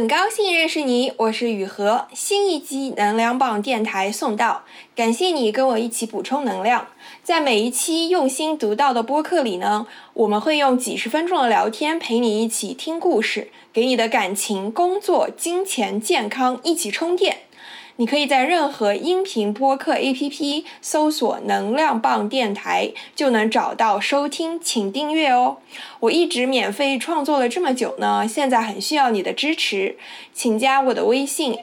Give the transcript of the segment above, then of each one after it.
很高兴认识你，我是雨禾。新一期能量棒电台送到，感谢你跟我一起补充能量。在每一期用心读到的播客里呢，我们会用几十分钟的聊天陪你一起听故事，给你的感情、工作、金钱、健康一起充电。你可以在任何音频播客 APP 搜索能量棒电台就能找到收听，请订阅哦。我一直免费创作了这么久呢，现在很需要你的支持，请加我的微信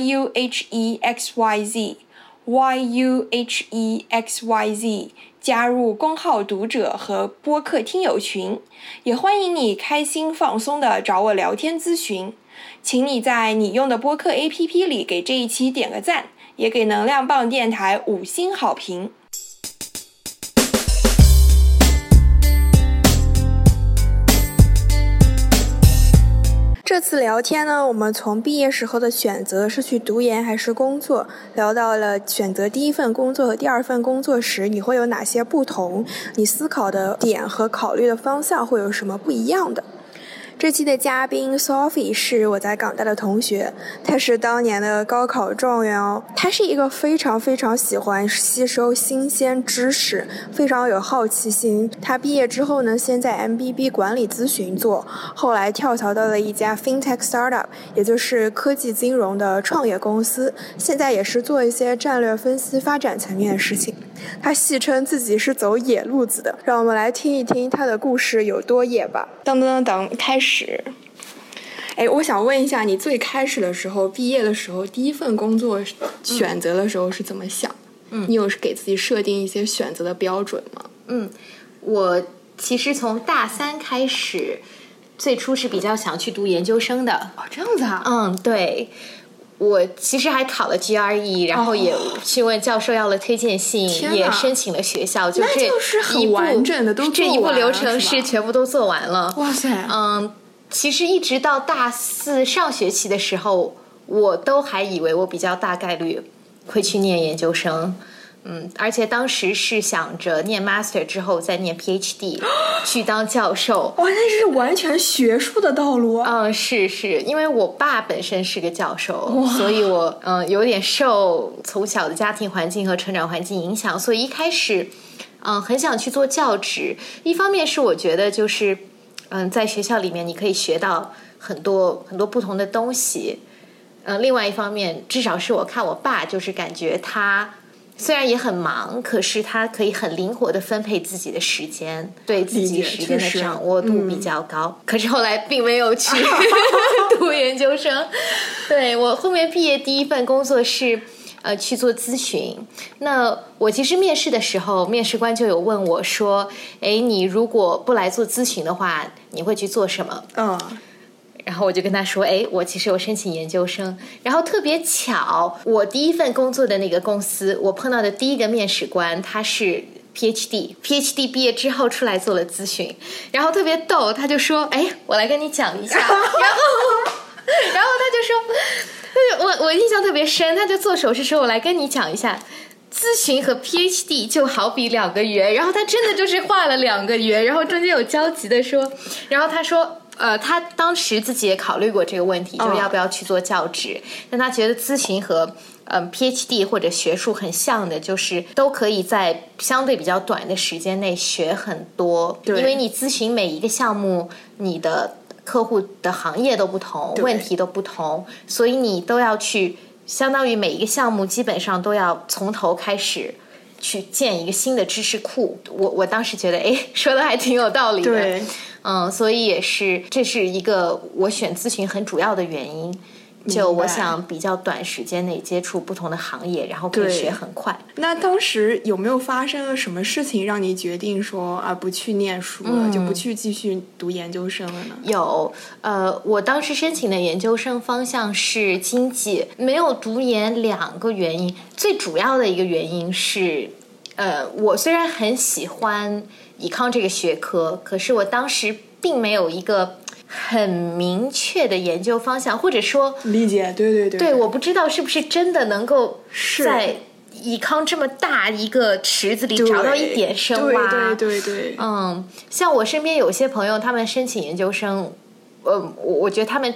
yuhexyz 加入公号读者和播客听友群，也欢迎你开心放松的找我聊天咨询。请你在你用的播客 APP 里给这一期点个赞，也给能量棒电台5星好评。这次聊天呢，我们从毕业时候的选择是去读研还是工作，聊到了选择第一份工作和第二份工作时你会有哪些不同，你思考的点和考虑的方向会有什么不一样的。这期的嘉宾 Sophie 是我在港大的同学，她是当年的高考状元哦。她是一个非常非常喜欢吸收新鲜知识，非常有好奇心。她毕业之后呢，先在 MBB 管理咨询做，后来跳槽到了一家 FinTech Startup， 也就是科技金融的创业公司，现在也是做一些战略分析发展层面的事情。她戏称自己是走野路子的，让我们来听一听她的故事有多野吧。当当当，开始。我想问一下，你最开始的时候，毕业的时候，第一份工作选择的时候是怎么想？你有给自己设定一些选择的标准吗？ 我其实从大3开始，最初是比较想去读研究生的。 哦，这样子啊？ 对。我其实还考了 GRE， 然后也去问教授要了推荐信，也申请了学校， 那就是很完整的都做完了， 这一步流程是全部都做完了。 哇塞！ 其实一直到大4上学期的时候，我都还以为我比较大概率会去念研究生。而且当时是想着念 Master 之后再念 PhD 去当教授。 哇，那是完全学术的道路啊！ 是，因为我爸本身是个教授，所以我有点受从小的家庭环境和成长环境影响，所以一开始很想去做教职。一方面是我觉得就是在学校里面你可以学到很多很多不同的东西，另外一方面至少是我看我爸就是感觉他虽然也很忙，可是他可以很灵活的分配自己的时间，对自己时间的掌握度比较高。可是后来并没有去读研究生。对，我后面毕业第一份工作是去做咨询。那我其实面试的时候，面试官就有问我说：“你如果不来做咨询的话，你会去做什么？”然后我就跟他说，我其实有申请研究生。然后特别巧，我第一份工作的那个公司，我碰到的第一个面试官他是 PhD 毕业之后出来做了咨询。然后特别逗，他就说，我来跟你讲一下。然后他就说，我印象特别深，他就做手势说，我来跟你讲一下，咨询和 PhD 就好比2个圆。然后他真的就是画了2个圆，然后中间有交集的说，然后他说他当时自己也考虑过这个问题，就要不要去做教职。但他觉得咨询和PhD 或者学术很像的，就是都可以在相对比较短的时间内学很多。因为你咨询每一个项目，你的客户的行业都不同，问题都不同，所以你都要去，相当于每一个项目基本上都要从头开始去建一个新的知识库。我当时觉得说的还挺有道理的。 对， 所以也是，这是一个我选咨询很主要的原因。就我想比较短时间内接触不同的行业，然后可以学很快。 那当时有没有发生了什么事情让你决定说不去念书了，就不去继续读研究生了呢？ 有，我当时申请的研究生方向是经济，没有读研2个原因。最主要的一个原因是我虽然很喜欢econ这个学科，可是我当时并没有一个很明确的研究方向，或者说理解，对， 我不知道是不是真的能够在econ这么大一个池子里找到一点深挖。 对， 像我身边有些朋友，他们申请研究生，我觉得他们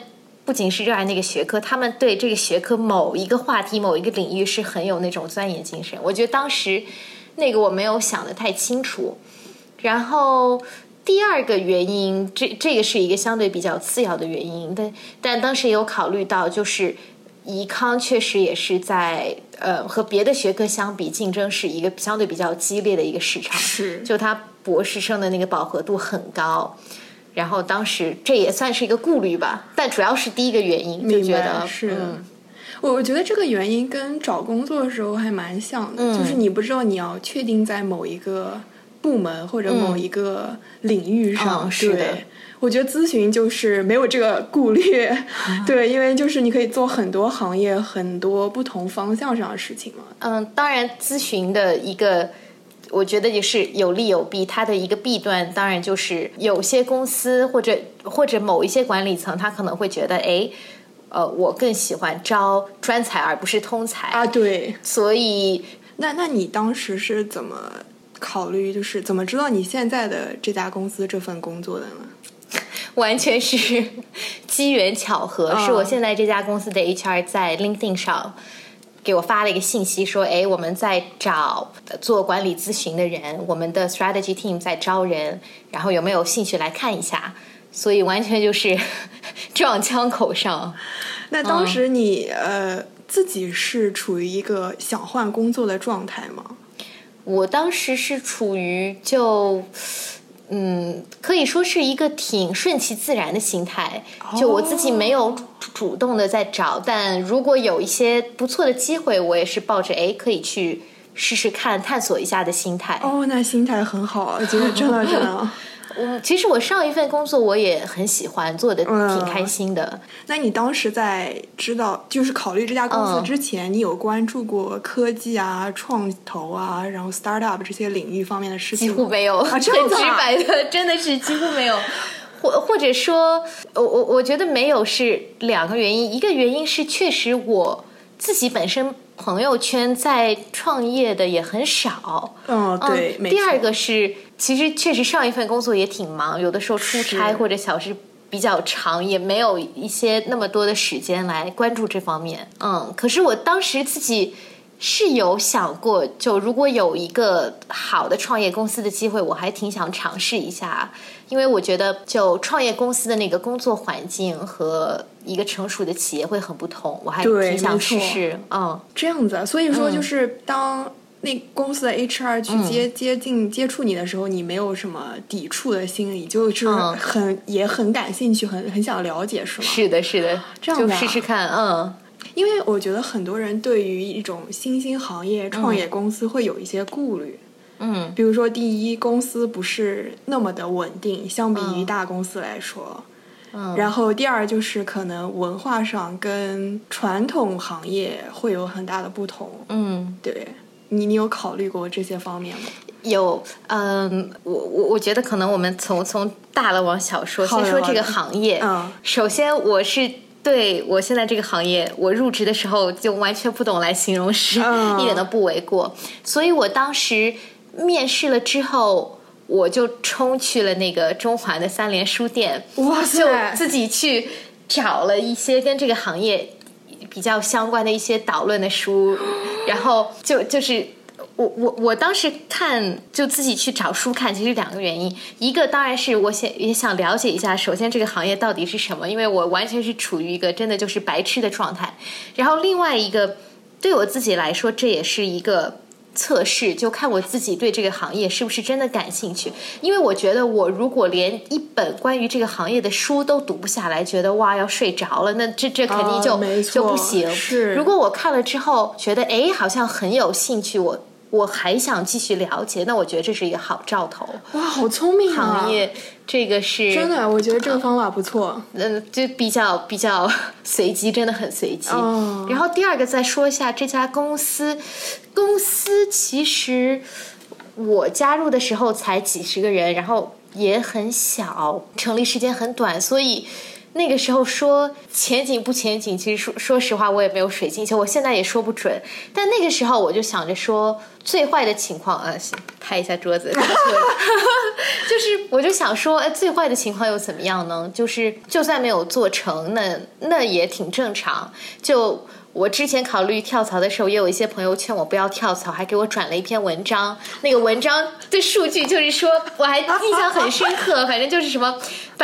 不仅是热爱那个学科，他们对这个学科某一个话题、某一个领域是很有那种钻研精神。我觉得当时那个我没有想得太清楚。然后第二个原因，这个是一个相对比较次要的原因，但当时也有考虑到，就是宜康确实也是在和别的学科相比，竞争是一个相对比较激烈的一个市场， 是就它博士生的那个饱和度很高。然后当时这也算是一个顾虑吧，但主要是第一个原因，就觉得是我觉得这个原因跟找工作的时候还蛮像的，就是你不知道你要确定在某一个部门或者某一个领域上， 是的。 对，我觉得咨询就是没有这个顾虑，对，因为就是你可以做很多行业、很多不同方向上的事情嘛。 当然，咨询的一个，我觉得也是有利有弊。它的一个弊端，当然就是有些公司或者某一些管理层，他可能会觉得，我更喜欢招专才而不是通才啊。对， 所以那你当时是怎么考虑，就是怎么知道你现在的这家公司这份工作的呢？ 完全是机缘巧合，是我现在这家公司的 HR 在 LinkedIn 上给我发了一个信息说，我们在找做管理咨询的人，我们的 strategy team 在招人，然后有没有兴趣来看一下。所以完全就是撞枪口上。 那当时你自己是处于一个想换工作的状态吗？ 我当时是处于可以说是一个挺顺其自然的心态，就我自己没有主动的在找，但如果有一些不错的机会，我也是抱着可以去试试看、探索一下的心态。 那心态很好，我觉得真的。 其实我上一份工作我也很喜欢，做的挺开心的。 那你当时在知道就是考虑这家公司之前，你有关注过科技啊、创投啊，然后 startup 这些领域方面的事情吗？ 几乎没有，很直白的，真的是几乎没有。或者说，我觉得没有是两个原因，一个原因是确实我自己本身朋友圈在创业的也很少。 对。 第二个是，其实确实上一份工作也挺忙，有的时候出差或者小时比较长，也没有一些那么多的时间来关注这方面。可是我当时自己是有想过，就如果有一个好的创业公司的机会，我还挺想尝试一下。因为我觉得就创业公司的那个工作环境和一个成熟的企业会很不同，我还挺想试试。 这样子，所以说就是当那公司的 HR 去接触你的时候，你没有什么抵触的心理，就是也很感兴趣，很想了解，是吗？ 是的，是的， 这样就试试看。 因为我觉得很多人对于一种新兴行业创业公司会有一些顾虑。比如说第一，公司不是那么的稳定，相比于大公司来说。然后第二就是可能文化上跟传统行业会有很大的不同。对，你有考虑过这些方面吗？ 有。我觉得可能我们从大了往小说，先说这个行业。首先我是对我现在这个行业，我入职的时候就完全不懂来形容是一点都不为过。所以我当时面试了之后，我就冲去了那个中环的三联书店， 哇塞， 就自己去找了一些跟这个行业比较相关的一些导论的书，然后就是我当时看就自己去找书看，其实两个原因，一个当然是我也想了解一下，首先这个行业到底是什么，因为我完全是处于一个真的就是白痴的状态，然后另外一个对我自己来说，这也是一个测试，就看我自己对这个行业是不是真的感兴趣。因为我觉得我如果连一本关于这个行业的书都读不下来，觉得哇要睡着了，那这肯定就不行。如果我看了之后觉得好像很有兴趣，我还想继续了解，那我觉得这是一个好兆头。 哇，好聪明啊！ 行业这个是真的，我觉得这个方法不错。 就比较随机，真的很随机。然后第二个再说一下这家公司其实我加入的时候才几十个人，然后也很小，成立时间很短，所以那个时候说前景不前景，其实说实话我也没有水晶球，我现在也说不准。但那个时候我就想着说，最坏的情况拍一下桌子，就是我就想说，最坏的情况又怎么样呢？就是就算没有做成，那也挺正常。就我之前考虑跳槽的时候，也有一些朋友劝我不要跳槽，还给我转了一篇文章。那个文章的数据就是说，我还印象很深刻，反正就是什么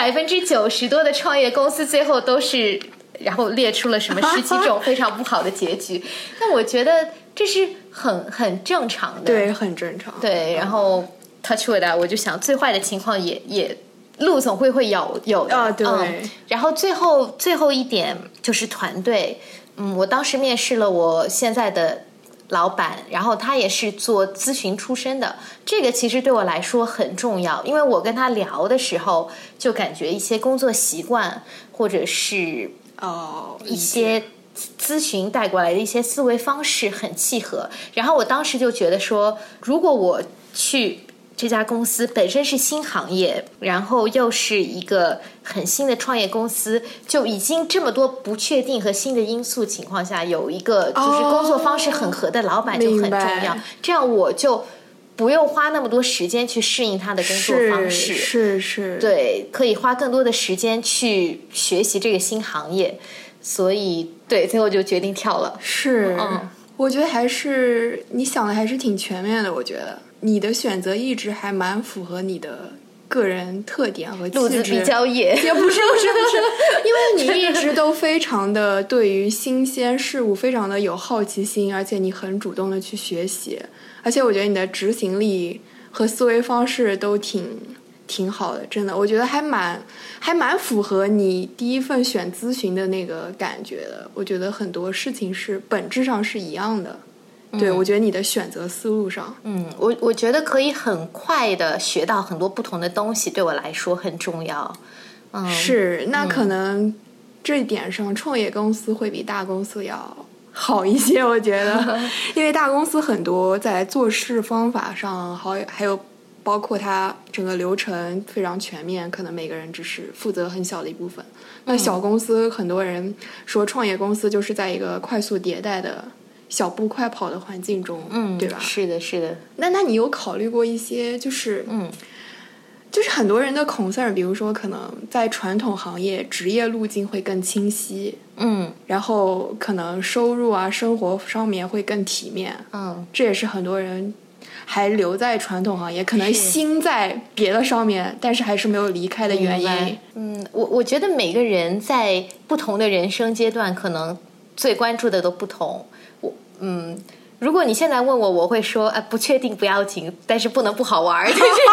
90%多的创业公司最后都是，然后列出了什么17种非常不好的结局。但我觉得这是很正常的， 对，很正常。 对，然后 touch wood 我就想最坏的情况也路总会有的啊，对。 然后最后一点就是团队。我当时面试了我现在的老板，然后他也是做咨询出身的，这个其实对我来说很重要，因为我跟他聊的时候就感觉一些工作习惯或者是一些咨询带过来的一些思维方式很契合。然后我当时就觉得说，如果我去这家公司本身是新行业，然后又是一个很新的创业公司，就已经这么多不确定和新的因素情况下，有一个就是工作方式很合的老板就很重要。这样我就不用花那么多时间去适应他的工作方式， 是， 对，可以花更多的时间去学习这个新行业。所以对，最后就决定跳了。 是，我觉得还是你想的还是挺全面的。我觉得你的选择一直还蛮符合你的个人特点和气质。 路子比较野， 也不是，因为你一直都非常的对于新鲜事物非常的有好奇心，而且你很主动的去学习，而且我觉得你的执行力和思维方式都挺好的，真的，我觉得还蛮符合你第一份选咨询的那个感觉的。我觉得很多事情是本质上是一样的。对，我觉得你的选择思路上， 我觉得可以很快的学到很多不同的东西，对我来说很重要。 是，那可能这一点上，创业公司会比大公司要好一些，我觉得，因为大公司很多在做事方法上，还有包括它整个流程非常全面，可能每个人只是负责很小的一部分。那小公司很多人说，创业公司就是在一个快速迭代的小步快跑的环境中，对吧？ 是的，是的。 那你有考虑过一些就是很多人的 concern， 比如说可能在传统行业职业路径会更清晰，然后可能收入啊生活上面会更体面，这也是很多人还留在传统行业，可能心在别的上面，但是还是没有离开的原因。 我觉得每个人在不同的人生阶段，可能最关注的都不同。如果你现在问我，我会说不确定不要紧，但是不能不好玩。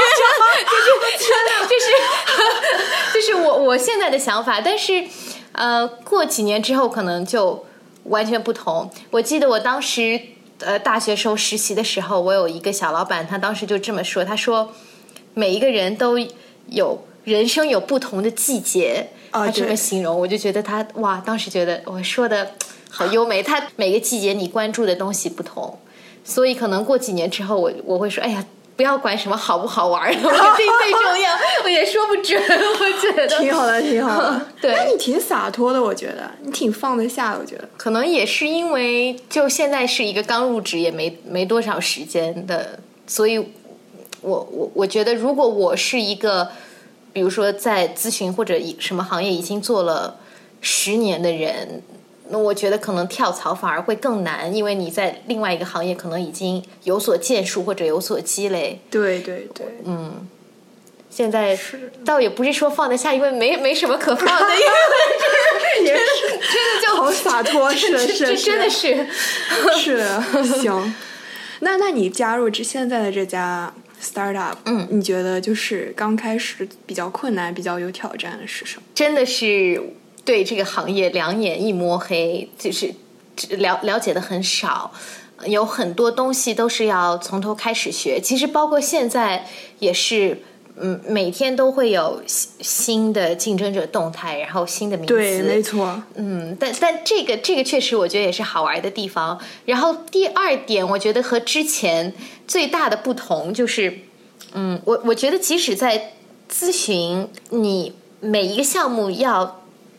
这是我现在的想法。但是过几年之后可能就完全不同。我记得我当时大学时候实习的时候，我有一个小老板，他当时就这么说，他说每一个人都有人生有不同的季节，他这么形容，我就觉得他当时觉得我说的好优美。他每个季节你关注的东西不同，所以可能过几年之后我会说，哎呀，不要管什么好不好玩，我最重要。我也说不准，我觉得挺好的。 对， 那你挺洒脱的，我觉得你挺放得下，我觉得可能也是因为就现在是一个刚入职也没多少时间的，所以我觉得如果我是一个比如说在咨询或者什么行业已经做了10年的人，那我觉得可能跳槽反而会更难，因为你在另外一个行业可能已经有所建树或者有所积累。 对， 现在倒也不是说放得下，因为没什么可放的，因为真的就好洒脱，是真的是行。那你加入现在的这家 startup， 你觉得就是刚开始比较困难、比较有挑战的是什么？ 真的是对这个行业两眼一摸黑，就是了解的很少，有很多东西都是要从头开始学。其实包括现在也是，每天都会有新的竞争者动态，然后新的名词。 对，没错。 但这个确实我觉得也是好玩的地方。然后第二点，我觉得和之前最大的不同就是，我觉得即使在咨询，你每一个项目要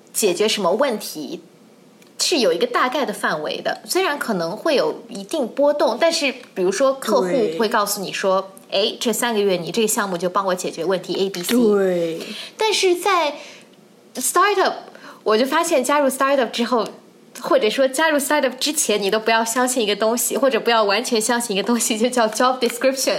解决什么问题，是有一个大概的范围的，虽然可能会有一定波动，但是比如说客户会告诉你说，哎，这3个月你这个项目就帮我解决问题 ABC。 对。 但是在 startup， 我就发现加入 startup 之后，或者说加入 startup 之前，你都不要相信一个东西，或者不要完全相信一个东西，就叫 job description。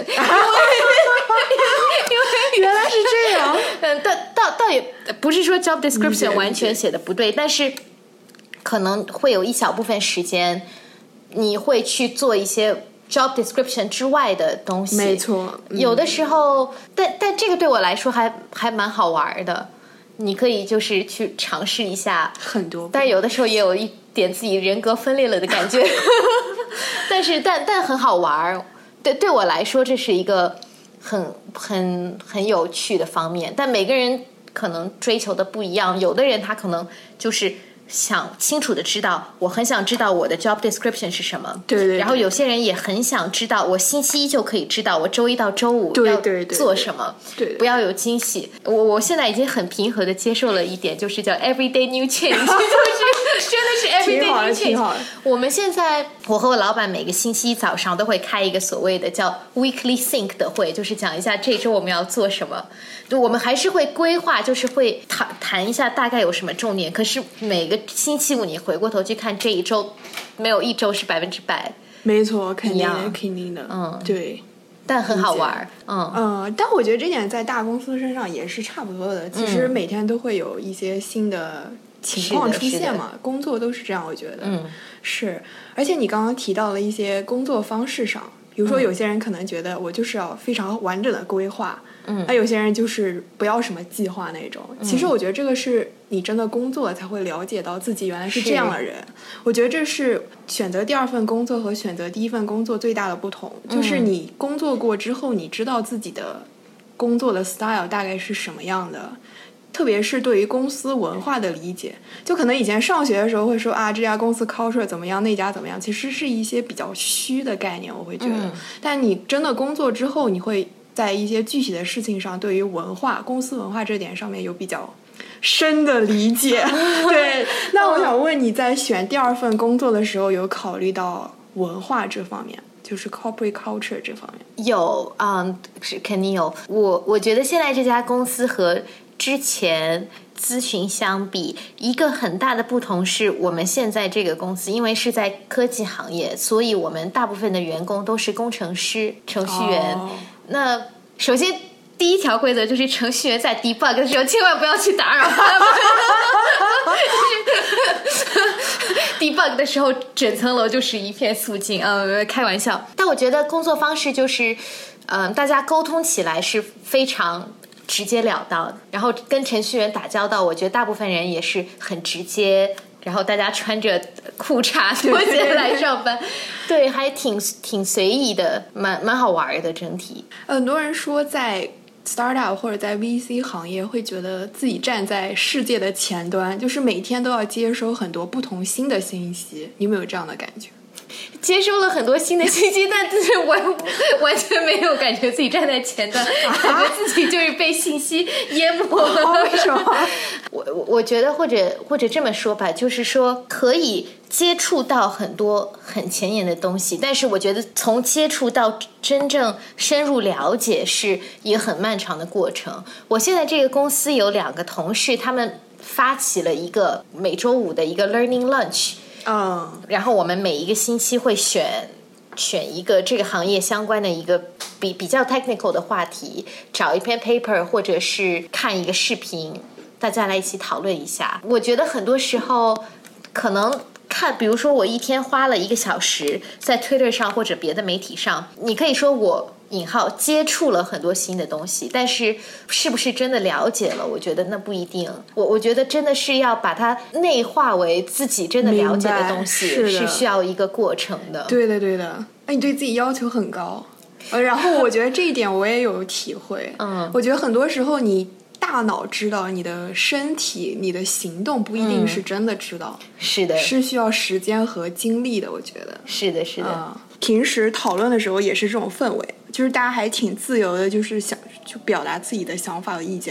原来是这样。 倒也不是说 job description 完全写的不对，但是可能会有一小部分时间，你会去做一些 job description 之外的东西。 没错。 有的时候，但这个对我来说还蛮好玩的。你可以就是去尝试一下很多， 但有的时候也有一点自己人格分裂了的感觉。但很好玩。对我来说，这是一个很有趣的方面。但每个人可能追求的不一样，有的人他可能就是想清楚的知道，我很想知道我的 job description 是什么。 对。 然后有些人也很想知道，我星期一就可以知道我周一到周五要做什么。 对， 不要有惊喜。我现在已经很平和的接受了一点，就是叫 everyday new change， 就是真的是 everyday new change。我们现在，我和我老板每个星期一早上都会开一个所谓的叫 weekly think 的会，就是讲一下这周我们要做什么。就我们还是会规划，就是会谈一下大概有什么重点。可是每个星期五你回过头去看这一周，没有一周是100%。 没错，肯定的。对。 但很好玩。 但我觉得这点在大公司身上也是差不多的。其实每天都会有一些新的情况出现嘛，工作都是这样，我觉得。是。而且你刚刚提到了一些工作方式上，比如说有些人可能觉得我就是要非常完整的规划，那有些人就是不要什么计划那种。其实我觉得这个是你真的工作才会了解到自己原来是这样的人。我觉得这是选择第2份工作和选择第1份工作最大的不同，就是你工作过之后，你知道自己的工作的 style 大概是什么样的。特别是对于公司文化的理解，就可能以前上学的时候会说啊，这家公司 culture 怎么样，那家怎么样，其实是一些比较虚的概念，我会觉得。但你真的工作之后，你会在一些具体的事情上，对于文化、公司文化这点上面有比较深的理解。对，那我想问你在选第2份工作的时候，有考虑到文化这方面？就是 corporate culture 这方面有。是肯定有。我觉得现在这家公司和之前咨询相比，一个很大的不同是我们现在这个公司因为是在科技行业，所以我们大部分的员工都是工程师、程序员。那首先第1条规则就是程序员在 debug 的时候千万不要去打扰他们。debug 的时候整层楼就是一片肃静。开玩笑。但我觉得工作方式就是大家沟通起来是非常直截了当的，然后跟程序员打交道，我觉得大部分人也是很直接，然后大家穿着裤衩拖鞋来上班。对，还挺随意的，蛮好玩的整体。 很多人说在 startup 或者在 VC 行业会觉得自己站在世界的前端，就是每天都要接收很多不同新的信息。你有没有这样的感觉？ 接收了很多新的信息，但是我完全没有感觉自己站在前端，感觉自己就是被信息淹没了。 为什么？ 我觉得或者这么说吧，就是说可以接触到很多很前沿的东西，但是我觉得从接触到真正深入了解是一个很漫长的过程。我现在这个公司有2个同事，他们发起了一个每周5的一个 learning lunch。然后我们每一个星期会选一个这个行业相关的一个比较 technical 的话题，找一篇 paper 或者是看一个视频，大家来一起讨论一下。我觉得很多时候可能比如说我一天花了1个小时在 Twitter 上或者别的媒体上，你可以说我引号接触了很多新的东西，但是是不是真的了解了，我觉得那不一定。我觉得真的是要把它内化为自己真的了解的东西，是需要一个过程的。 对的。你对自己要求很高。然后我觉得这一点我也有体会。我觉得很多时候你大脑知道，你的身体你的行动不一定是真的知道。 是的， 是需要时间和精力的。我觉得是的。 平时讨论的时候也是这种氛围，就是大家还挺自由的，就是就表达自己的想法和意见嘛。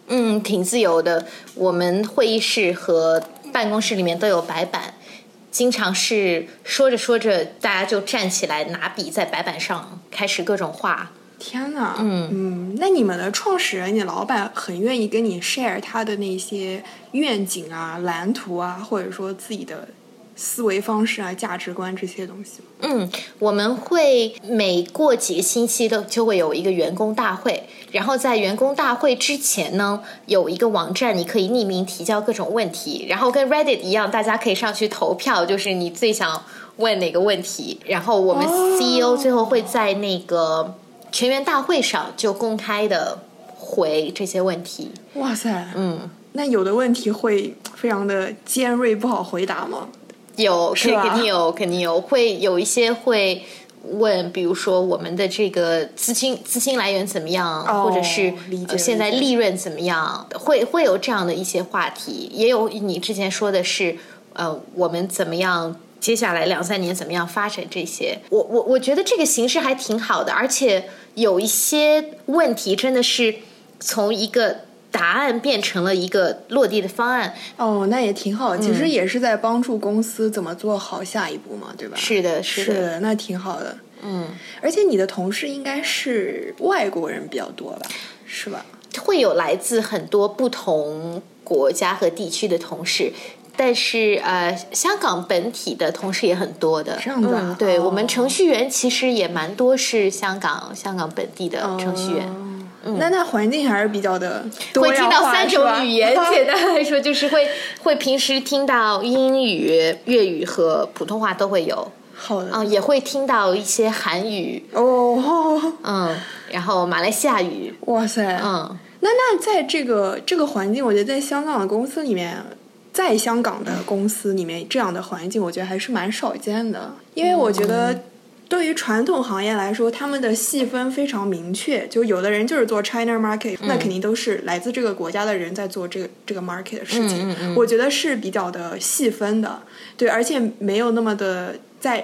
挺自由的。我们会议室和办公室里面都有白板，经常是说着说着，大家就站起来拿笔在白板上开始各种画。 天哪，那你们的创始人，你老板很愿意跟你 share 他的那些愿景啊、蓝图啊，或者说自己的思维方式啊、价值观这些东西吗？ 我们会每过几个星期就会有一个员工大会，然后在员工大会之前呢，有一个网站你可以匿名提交各种问题，然后跟 Reddit 一样，大家可以上去投票，就是你最想问哪个问题，然后我们 CEO 最后会在那个全员大会上就公开的回这些问题。 哇塞，那有的问题会非常的尖锐，不好回答吗？ 有，肯定有，会有一些会问，比如说我们的这个资金来源怎么样，或者是现在利润怎么样，会有这样的一些话题。也有你之前说的是，我们怎么样，接下来2-3年怎么样发展这些。我觉得这个形式还挺好的，而且有一些问题真的是从一个答案变成了一个落地的方案。 那也挺好，其实也是在帮助公司怎么做好下一步嘛，对吧？ 是的， 那挺好的。而且你的同事应该是外国人比较多吧，是吧？ 会有来自很多不同国家和地区的同事，但是香港本体的同事也很多的。 这样子啊？ 对，我们程序员其实也蛮多是香港本地的程序员。 那环境还是比较的多样化， 会听到3种语言，简单来说就是会平时听到英语、粤语和普通话都会有。 好的。 也会听到一些韩语。然后马来西亚语。 哇塞。那在这个环境，我觉得在香港的公司里面，在香港的公司里面这样的环境，我觉得还是蛮少见的，因为我觉得对于传统行业来说，他们的细分非常明确，就有的人就是做 China market，那肯定都是来自这个国家的人在做这个 market 的事情。我觉得是比较的细分的，对，而且没有那么的在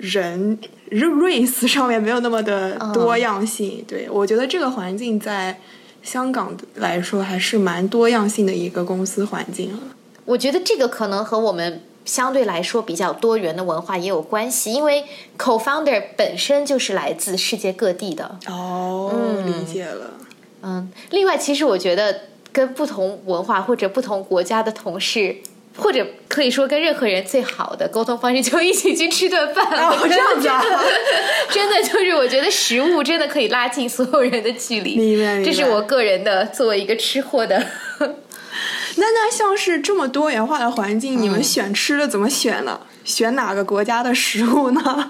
race 上面没有那么的多样性。对，我觉得这个环境在香港来说还是蛮多样性的一个公司环境了。 我觉得这个可能和我们相对来说比较多元的文化也有关系，因为 co-founder 本身就是来自世界各地的。 理解了。 另外其实我觉得跟不同文化或者不同国家的同事，或者可以说跟任何人最好的沟通方式就一起去吃顿饭。 这样子啊？ 真的就是我觉得食物真的可以拉近所有人的距离。 明白。 这是我个人的作为一个吃货的。 那像是这么多元化的环境，你们选吃的怎么选呢？选哪个国家的食物呢？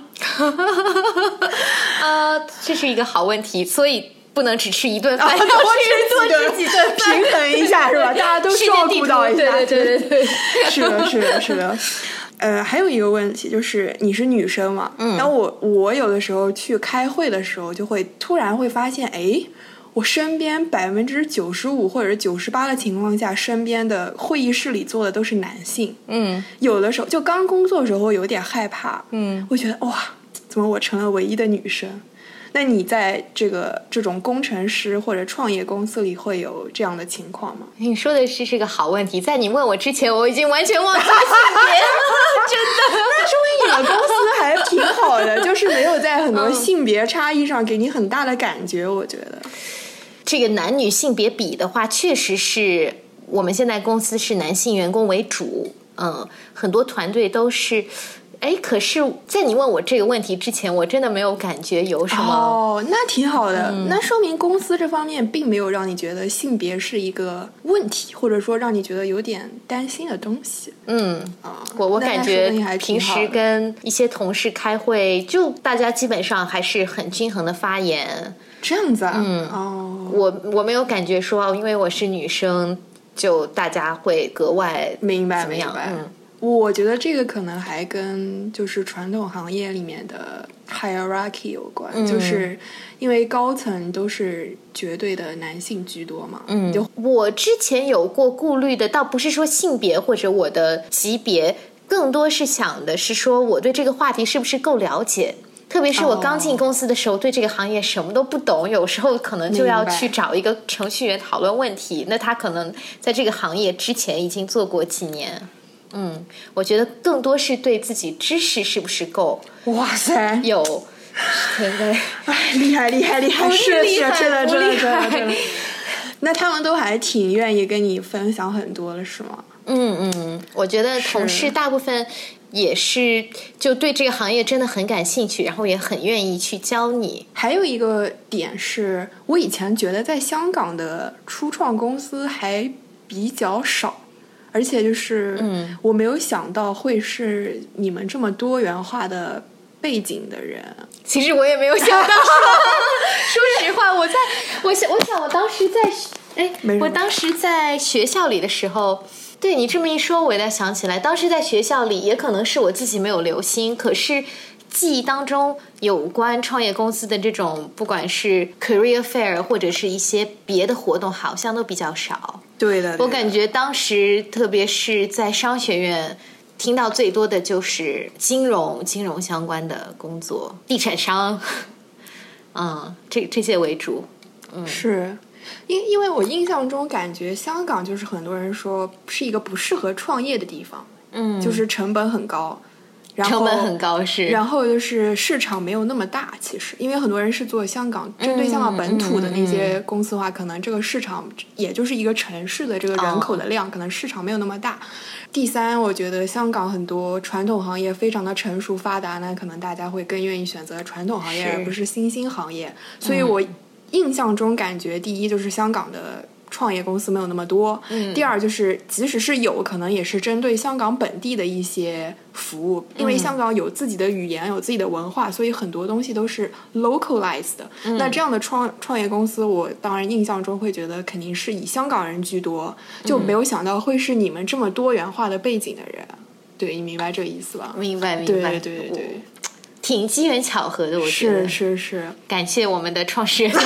这是一个好问题，所以不能只吃一顿饭，要多吃几顿饭， 平衡一下是吧？大家都照顾到一下。 对， 是的。还有一个问题就是你是女生嘛？然后我有的时候去开会的时候，就会突然会发现，我身边95%或者是98%的情况下，身边的会议室里坐的都是男性。有的时候就刚工作的时候有点害怕。我觉得哇，怎么我成了唯一的女生？那你在这种工程师或者创业公司里会有这样的情况吗？ 你说的是这个好问题，在你问我之前，我已经完全忘记了性别了，真的。 那说明你们公司还挺好的，就是没有在很多性别差异上给你很大的感觉，我觉得。 这个男女性别比的话，确实是我们现在公司是男性员工为主，很多团队都是。可是在你问我这个问题之前，我真的没有感觉有什么。 那挺好的。那说明公司这方面并没有让你觉得性别是一个问题，或者说让你觉得有点担心的东西。 我感觉平时跟一些同事开会，就大家基本上还是很均衡的发言。 这样子啊？ 我没有感觉说因为我是女生，就大家会格外明白怎么样？ 我觉得这个可能还跟就是传统行业里面的 hierarchy 有关，就是因为高层都是绝对的男性居多嘛。 我之前有过顾虑的，倒不是说性别或者我的级别，更多是想的是说我对这个话题是不是够了解。 特别是我刚进公司的时候，对这个行业什么都不懂，有时候可能就要去找一个程序员讨论问题，那他可能在这个行业之前已经做过几年。我觉得更多是对自己知识是不是够。 哇塞， 有，对， 哎，厉害，是厉害， 真的。那他们都还挺愿意跟你分享很多了，是吗？ 我觉得同事大部分也是就对这个行业真的很感兴趣，然后也很愿意去教你。 还有一个点是，我以前觉得在香港的初创公司还比较少，而且就是我没有想到会是你们这么多元化的背景的人。 其实我也没有想到说实话，我想我当时在学校里的时候，对你这么一说，我也在想起来，当时在学校里也可能是我自己没有留心，可是记忆当中有关创业公司的这种不管是 career fair 或者是一些别的活动好像都比较少。 对的， 我感觉当时特别是在商学院听到最多的就是金融相关的工作，地产商这些为主。 是因为我印象中感觉香港就是很多人说是一个不适合创业的地方，就是成本很高， 成本很高是， 然后就是市场没有那么大。其实因为很多人是做香港针对香港本土的那些公司的话，可能这个市场也就是一个城市的这个人口的量，可能市场没有那么大。第三，我觉得香港很多传统行业非常的成熟发达呢，可能大家会更愿意选择传统行业而不是新兴行业。所以我印象中感觉第一就是香港的创业公司没有那么多，第二就是即使是有可能也是针对香港本地的一些服务，因为香港有自己的语言有自己的文化，所以很多东西都是 localized 的。那这样的创业公司我当然印象中会觉得肯定是以香港人居多，就没有想到会是你们这么多元化的背景的人。对，你明白这个意思吧？ 明白对， 挺机缘巧合的，我觉得是感谢我们的创始人。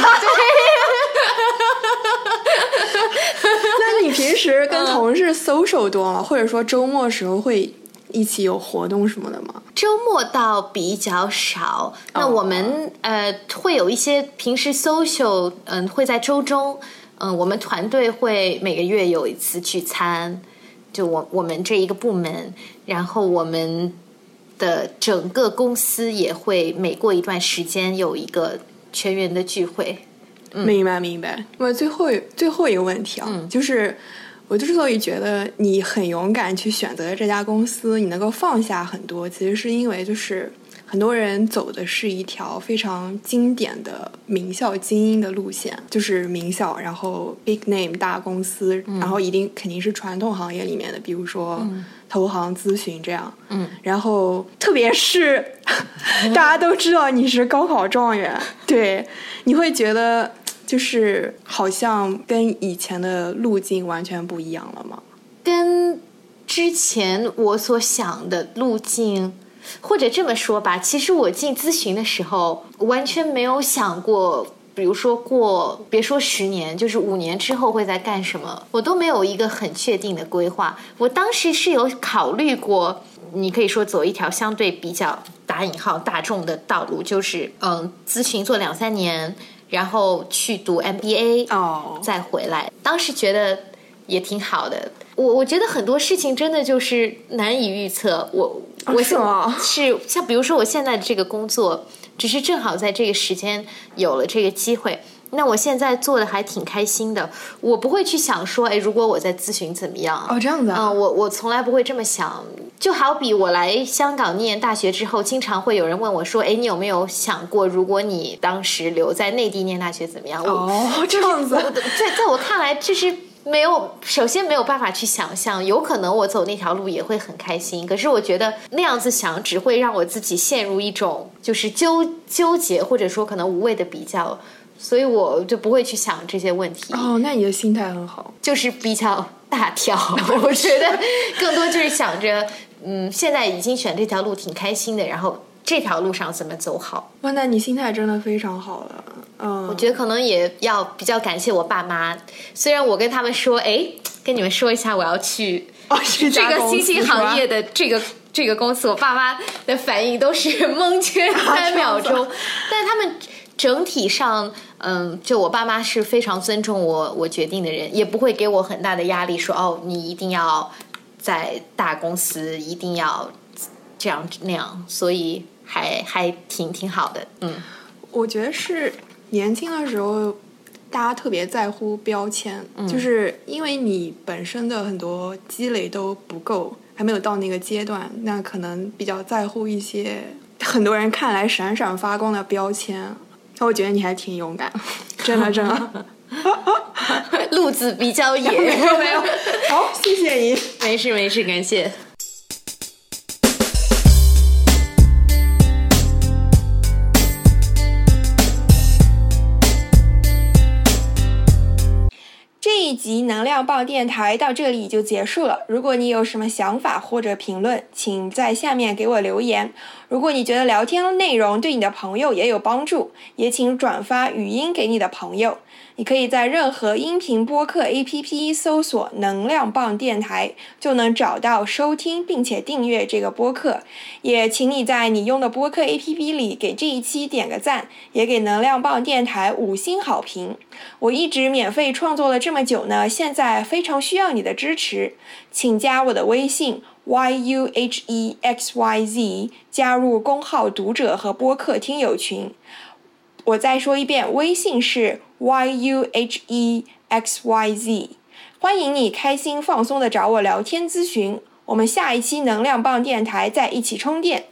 那你平时跟同事 social 多吗？或者说周末时候会一起有活动什么的吗？ 周末倒比较少，那我们会有一些平时 social，会在周中，我们团队会每个月有一次聚餐，就我们这一个部门，然后我们的整个公司也会每过一段时间有一个全员的聚会。 明白。我最后一个问题啊，就是我之所以觉得你很勇敢去选择这家公司，你能够放下很多，其实是因为就是很多人走的是一条非常经典的名校精英的路线，就是名校，然后 big name 大公司，然后肯定是传统行业里面的，比如说投行咨询这样，然后特别是大家都知道你是高考状元，对，你会觉得就是好像跟以前的路径完全不一样了吗？ 跟之前我所想的路径，或者这么说吧，其实我进咨询的时候完全没有想过，比如说别说10年，就是5年之后会在干什么，我都没有一个很确定的规划。我当时是有考虑过，你可以说走一条相对比较打引号大众的道路，就是咨询做2-3年，然后去读 MBA，再回来。当时觉得也挺好的。我觉得很多事情真的就是难以预测。是像比如说我现在的这个工作，只是正好在这个时间有了这个机会，那我现在做的还挺开心的。我不会去想说，如果我在咨询怎么样？ 这样子啊？ 我从来不会这么想。就好比我来香港念大学之后，经常会有人问我说，你有没有想过，如果你当时留在内地念大学怎么样？ 这样子。 在我看来，就是首先没有办法去想象，有可能我走那条路也会很开心，可是我觉得那样子想只会让我自己陷入一种就是纠结，或者说可能无谓的比较，所以我就不会去想这些问题。 那你的心态很好， 就是比较大条。我觉得更多就是想着现在已经选这条路挺开心的，然后这条路上怎么走好。 那你心态真的非常好了。 我觉得可能也要比较感谢我爸妈，虽然我跟他们说跟你们说一下我要去这个新兴行业的这个这个公司，我爸妈的反应都是蒙圈3秒钟，但他们整体上，就我爸妈是非常尊重我决定的人，也不会给我很大的压力说，哦，你一定要在大公司，一定要这样那样，所以还挺好的。 我觉得是年轻的时候大家特别在乎标签，就是因为你本身的很多积累都不够，还没有到那个阶段，那可能比较在乎一些很多人看来闪闪发光的标签。我觉得你还挺勇敢，真的路子比较野。 没有好，谢谢你。 没事，感谢。 这一集能量棒电台到这里就结束了。如果你有什么想法或者评论，请在下面给我留言。如果你觉得聊天内容对你的朋友也有帮助，也请转发语音给你的朋友。你可以在任何音频播客 APP 搜索能量棒电台，就能找到收听并且订阅这个播客。也请你在你用的播客 APP 里给这一期点个赞，也给能量棒电台5星好评。我一直免费创作了这么久呢，现在非常需要你的支持，请加我的微信 yuhexyz， 加入公号读者和播客听友群。我再说一遍，微信是 yuhexyz， 欢迎你开心放松的找我聊天咨询。我们下一期能量棒电台再一起充电。